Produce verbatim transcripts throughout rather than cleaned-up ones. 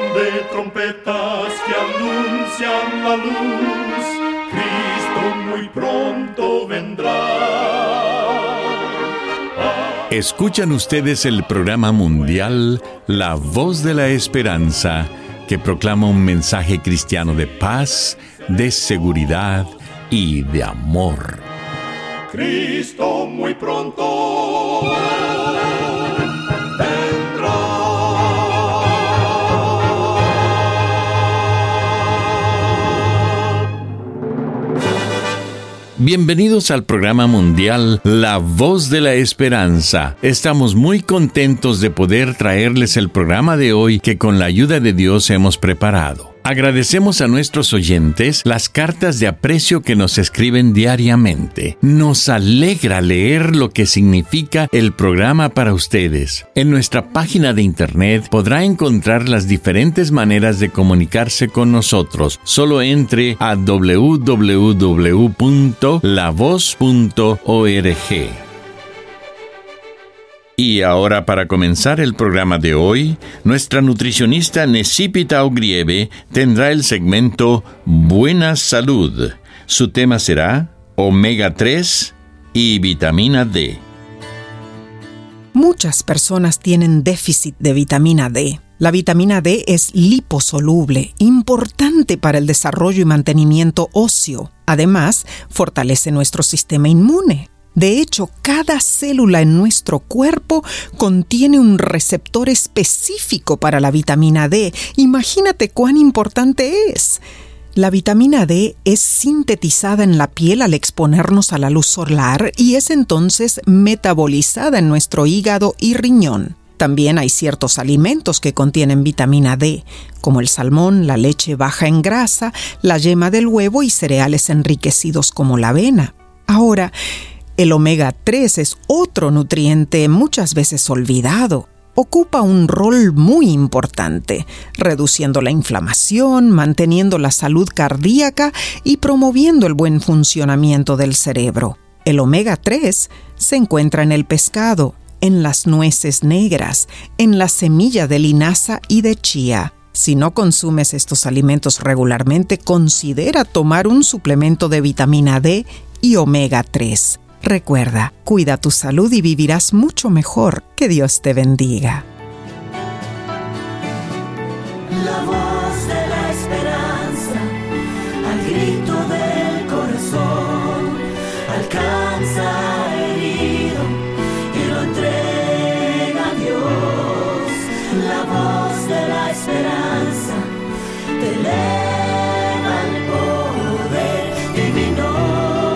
de trompetas que anuncian la luz, Cristo muy pronto vendrá. Ah. Escuchan ustedes el programa mundial La Voz de la Esperanza, que proclama un mensaje cristiano de paz, de seguridad y de amor. Cristo muy pronto vendrá. Bienvenidos al programa mundial La Voz de la Esperanza. Estamos muy contentos de poder traerles el programa de hoy que con la ayuda de Dios hemos preparado. Agradecemos a nuestros oyentes las cartas de aprecio que nos escriben diariamente. Nos alegra leer lo que significa el programa para ustedes. En nuestra página de internet podrá encontrar las diferentes maneras de comunicarse con nosotros. Solo entre a doble u doble u doble u punto la voz punto org. Y ahora, para comenzar el programa de hoy, nuestra nutricionista Necipita Ogrieve tendrá el segmento Buena Salud. Su tema será omega tres y vitamina D. Muchas personas tienen déficit de vitamina D. La vitamina D es liposoluble, importante para el desarrollo y mantenimiento óseo. Además, fortalece nuestro sistema inmune. De hecho, cada célula en nuestro cuerpo contiene un receptor específico para la vitamina D. Imagínate cuán importante es. La vitamina D es sintetizada en la piel al exponernos a la luz solar y es entonces metabolizada en nuestro hígado y riñón. También hay ciertos alimentos que contienen vitamina D, como el salmón, la leche baja en grasa, la yema del huevo y cereales enriquecidos como la avena. Ahora, el omega tres es otro nutriente muchas veces olvidado. Ocupa un rol muy importante, reduciendo la inflamación, manteniendo la salud cardíaca y promoviendo el buen funcionamiento del cerebro. El omega tres se encuentra en el pescado, en las nueces negras, en la semilla de linaza y de chía. Si no consumes estos alimentos regularmente, considera tomar un suplemento de vitamina D y omega tres. Recuerda, cuida tu salud y vivirás mucho mejor. Que Dios te bendiga. La voz de la esperanza, al grito del corazón, alcanza herido y lo entrega a Dios. La voz de la esperanza te eleva al poder divino.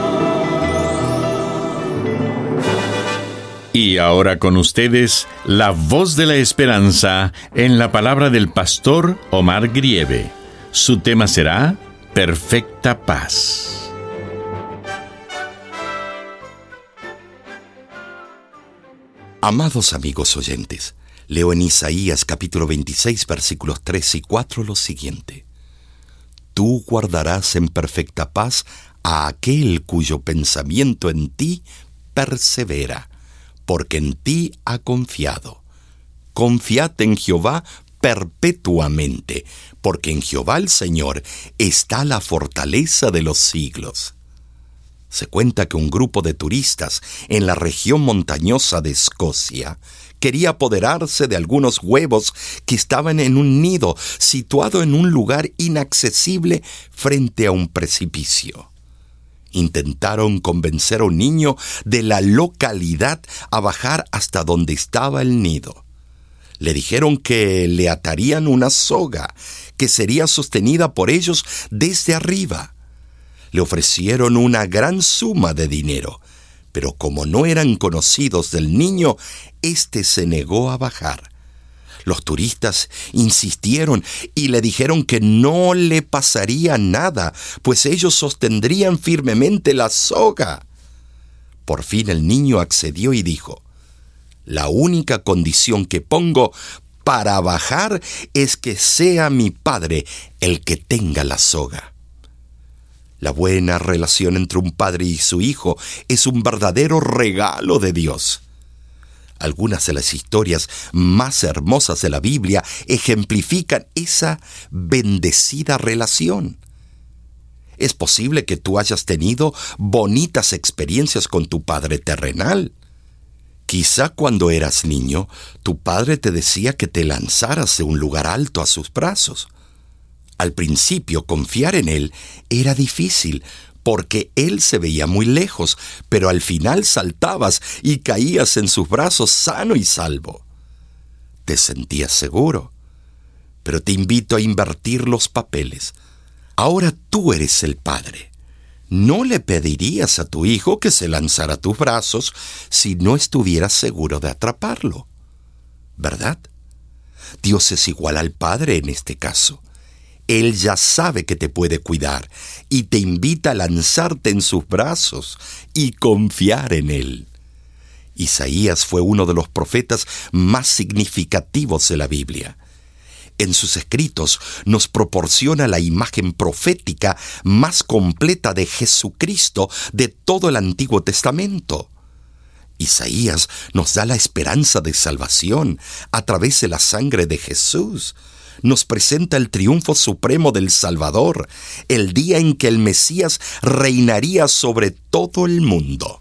Y ahora con ustedes, la voz de la esperanza en la palabra del pastor Omar Grieve. Su tema será Perfecta Paz. Amados amigos oyentes, leo en Isaías capítulo veintiséis, versículos tres y cuatro lo siguiente. Tú guardarás en perfecta paz a aquel cuyo pensamiento en ti persevera, porque en ti ha confiado. Confiad en Jehová perpetuamente, porque en Jehová el Señor está la fortaleza de los siglos. Se cuenta que un grupo de turistas en la región montañosa de Escocia quería apoderarse de algunos huevos que estaban en un nido situado en un lugar inaccesible frente a un precipicio. Intentaron convencer a un niño de la localidad a bajar hasta donde estaba el nido. Le dijeron que le atarían una soga que sería sostenida por ellos desde arriba. Le ofrecieron una gran suma de dinero, pero como no eran conocidos del niño, éste se negó a bajar. Los turistas insistieron y le dijeron que no le pasaría nada, pues ellos sostendrían firmemente la soga. Por fin el niño accedió y dijo: la única condición que pongo para bajar es que sea mi padre el que tenga la soga. La buena relación entre un padre y su hijo es un verdadero regalo de Dios. Algunas de las historias más hermosas de la Biblia ejemplifican esa bendecida relación. Es posible que tú hayas tenido bonitas experiencias con tu padre terrenal. Quizá cuando eras niño, tu padre te decía que te lanzaras de un lugar alto a sus brazos. Al principio, confiar en él era difícil, porque él se veía muy lejos, pero al final saltabas y caías en sus brazos sano y salvo. Te sentías seguro, pero te invito a invertir los papeles. Ahora tú eres el padre. No le pedirías a tu hijo que se lanzara a tus brazos si no estuvieras seguro de atraparlo, ¿verdad? Dios es igual al Padre en este caso. Él ya sabe que te puede cuidar y te invita a lanzarte en sus brazos y confiar en Él. Isaías fue uno de los profetas más significativos de la Biblia. En sus escritos nos proporciona la imagen profética más completa de Jesucristo de todo el Antiguo Testamento. Isaías nos da la esperanza de salvación a través de la sangre de Jesús. Nos presenta el triunfo supremo del Salvador, el día en que el Mesías reinaría sobre todo el mundo.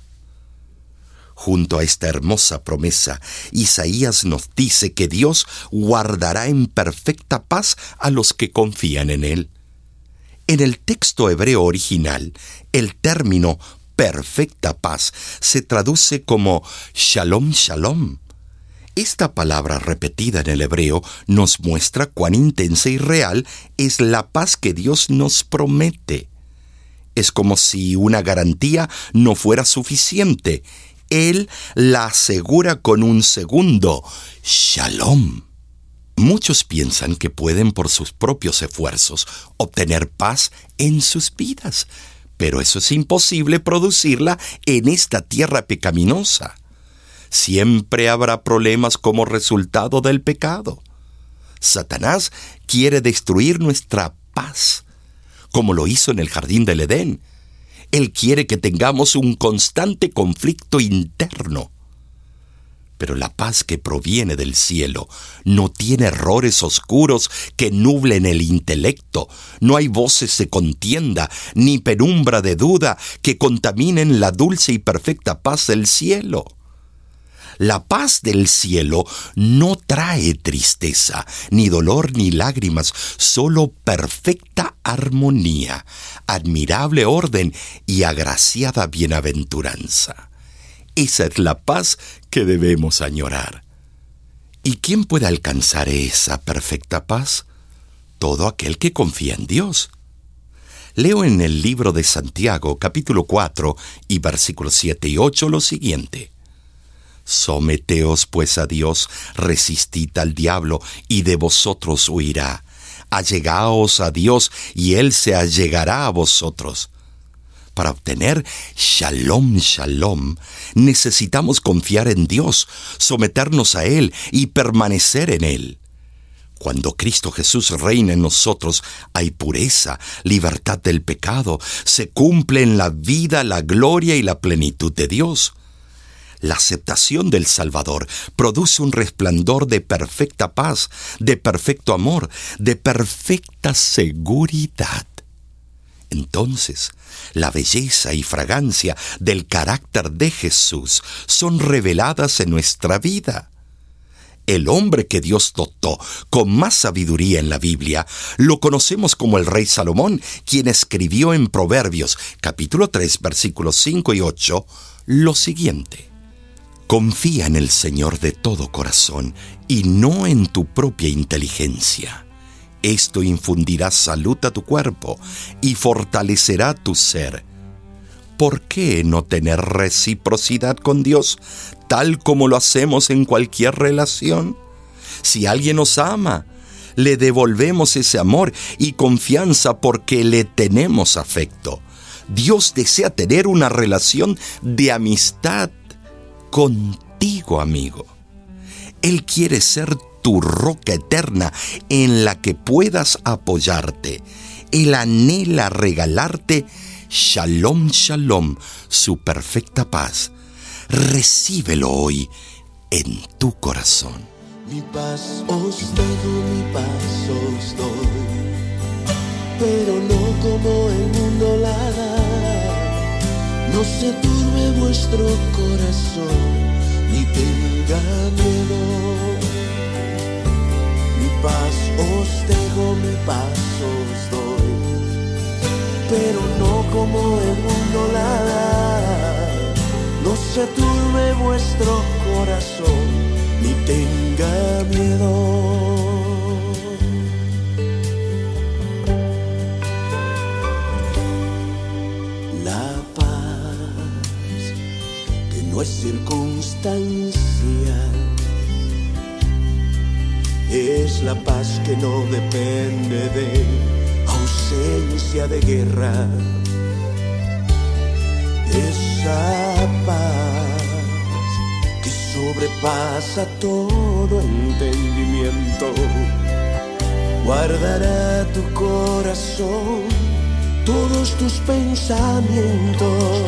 Junto a esta hermosa promesa, Isaías nos dice que Dios guardará en perfecta paz a los que confían en Él. En el texto hebreo original, el término perfecta paz se traduce como shalom shalom. Esta palabra repetida en el hebreo nos muestra cuán intensa y real es la paz que Dios nos promete. Es como si una garantía no fuera suficiente. Él la asegura con un segundo shalom. Muchos piensan que pueden por sus propios esfuerzos obtener paz en sus vidas, pero eso es imposible producirla en esta tierra pecaminosa. Siempre habrá problemas como resultado del pecado. Satanás quiere destruir nuestra paz, como lo hizo en el jardín del Edén. Él quiere que tengamos un constante conflicto interno. Pero la paz que proviene del cielo no tiene errores oscuros que nublen el intelecto. No hay voces de contienda, ni penumbra de duda que contaminen la dulce y perfecta paz del cielo. La paz del cielo no trae tristeza, ni dolor, ni lágrimas, solo perfecta armonía, admirable orden y agraciada bienaventuranza. Esa es la paz que debemos añorar. ¿Y quién puede alcanzar esa perfecta paz? Todo aquel que confía en Dios. Leo en el libro de Santiago, capítulo cuatro, y versículos siete y ocho, lo siguiente. Someteos pues a Dios, resistid al diablo, y de vosotros huirá. Allegaos a Dios, y Él se allegará a vosotros. Para obtener shalom, shalom, necesitamos confiar en Dios, someternos a Él y permanecer en Él. Cuando Cristo Jesús reina en nosotros, hay pureza, libertad del pecado, se cumple en la vida la gloria y la plenitud de Dios. La aceptación del Salvador produce un resplandor de perfecta paz, de perfecto amor, de perfecta seguridad. Entonces, la belleza y fragancia del carácter de Jesús son reveladas en nuestra vida. El hombre que Dios dotó con más sabiduría en la Biblia lo conocemos como el rey Salomón, quien escribió en Proverbios, capítulo tres, versículos cinco y ocho, lo siguiente. Confía en el Señor de todo corazón y no en tu propia inteligencia. Esto infundirá salud a tu cuerpo y fortalecerá tu ser. ¿Por qué no tener reciprocidad con Dios, tal como lo hacemos en cualquier relación? Si alguien nos ama, le devolvemos ese amor y confianza porque le tenemos afecto. Dios desea tener una relación de amistad contigo, amigo. Él quiere ser tu roca eterna en la que puedas apoyarte. Él anhela regalarte shalom, shalom, su perfecta paz. Recíbelo hoy en tu corazón. Mi paz os dejo, mi paz os doy, pero no como el mundo la da. No se turbe vuestro corazón, ni tenga miedo. Mi paz os dejo, mi paz os doy, pero no como el mundo la da. No se turbe vuestro corazón, ni tenga miedo. La paz que no es circunstancial, es la paz que no depende de ausencia de guerra. Esa paz que sobrepasa todo entendimiento, guardará tu corazón, todos tus pensamientos.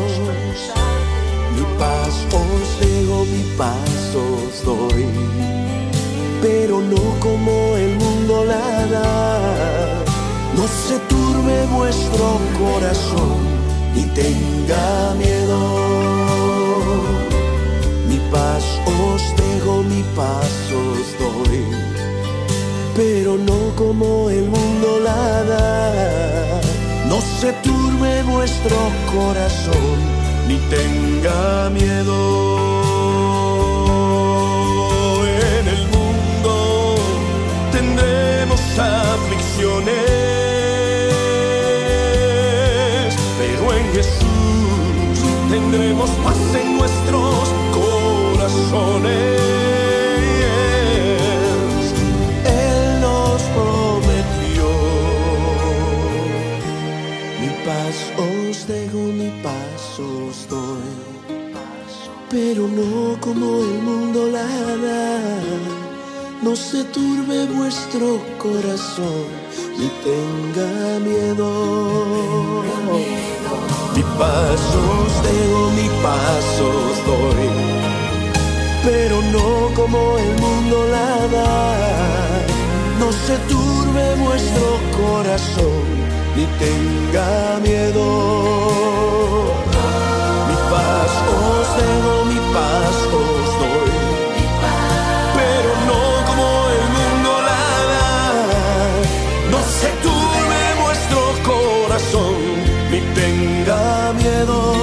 Mi paz os dejo, mi paz os doy, pero no como el mundo la da. No se turbe vuestro corazón, ni tenga miedo. Mi paz os dejo, mi paz os doy, pero no como el mundo la da. No se turbe vuestro corazón, ni tenga miedo. En el mundo tendremos aflicciones, pero en Jesús tendremos paz en nuestros corazones. Él nos prometió: mi paz os dejo, mi paz os doy, pero no como el mundo la da. No se turbe vuestro corazón, ni tenga miedo. Mi paz os dejo, mi paz os doy, pero no como el mundo la da. No se turbe vuestro corazón, ni tenga miedo. Mi paz os dejo, mi paz os doy, pero no como el mundo la da. No se turbe vuestro corazón, ni tenga miedo.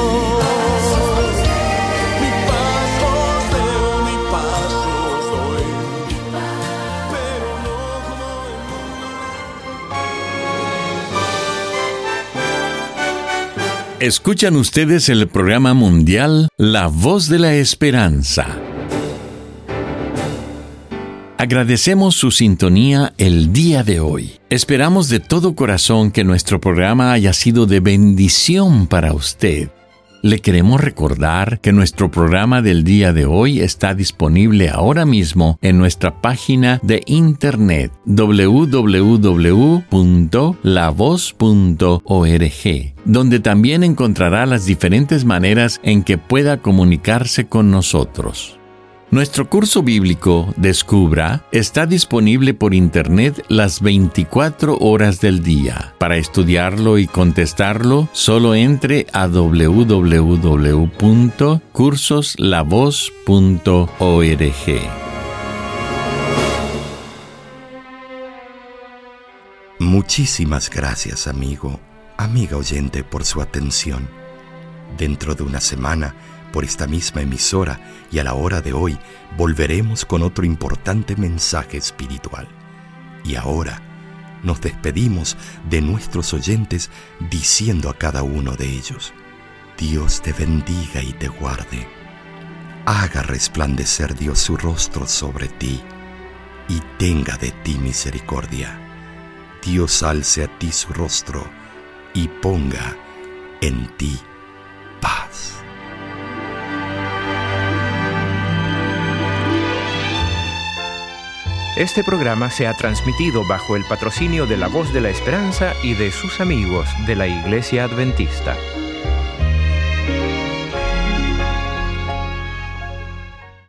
Mi paz os dejo, mi paz os doy, pero no como el mundo. Escuchan ustedes el programa mundial La Voz de la Esperanza. Agradecemos su sintonía el día de hoy. Esperamos de todo corazón que nuestro programa haya sido de bendición para usted. Le queremos recordar que nuestro programa del día de hoy está disponible ahora mismo en nuestra página de internet doble u doble u doble u punto la voz punto org, donde también encontrará las diferentes maneras en que pueda comunicarse con nosotros. Nuestro curso bíblico Descubra está disponible por internet las veinticuatro horas del día. Para estudiarlo y contestarlo, solo entre a doble u doble u doble u punto cursos la voz punto org. Muchísimas gracias, amigo, amiga oyente, por su atención. Dentro de una semana, por esta misma emisora y a la hora de hoy, volveremos con otro importante mensaje espiritual. Y ahora nos despedimos de nuestros oyentes diciendo a cada uno de ellos: Dios te bendiga y te guarde. Haga resplandecer Dios su rostro sobre ti y tenga de ti misericordia. Dios alce a ti su rostro y ponga en ti paz. Este programa se ha transmitido bajo el patrocinio de La Voz de la Esperanza y de sus amigos de la Iglesia Adventista.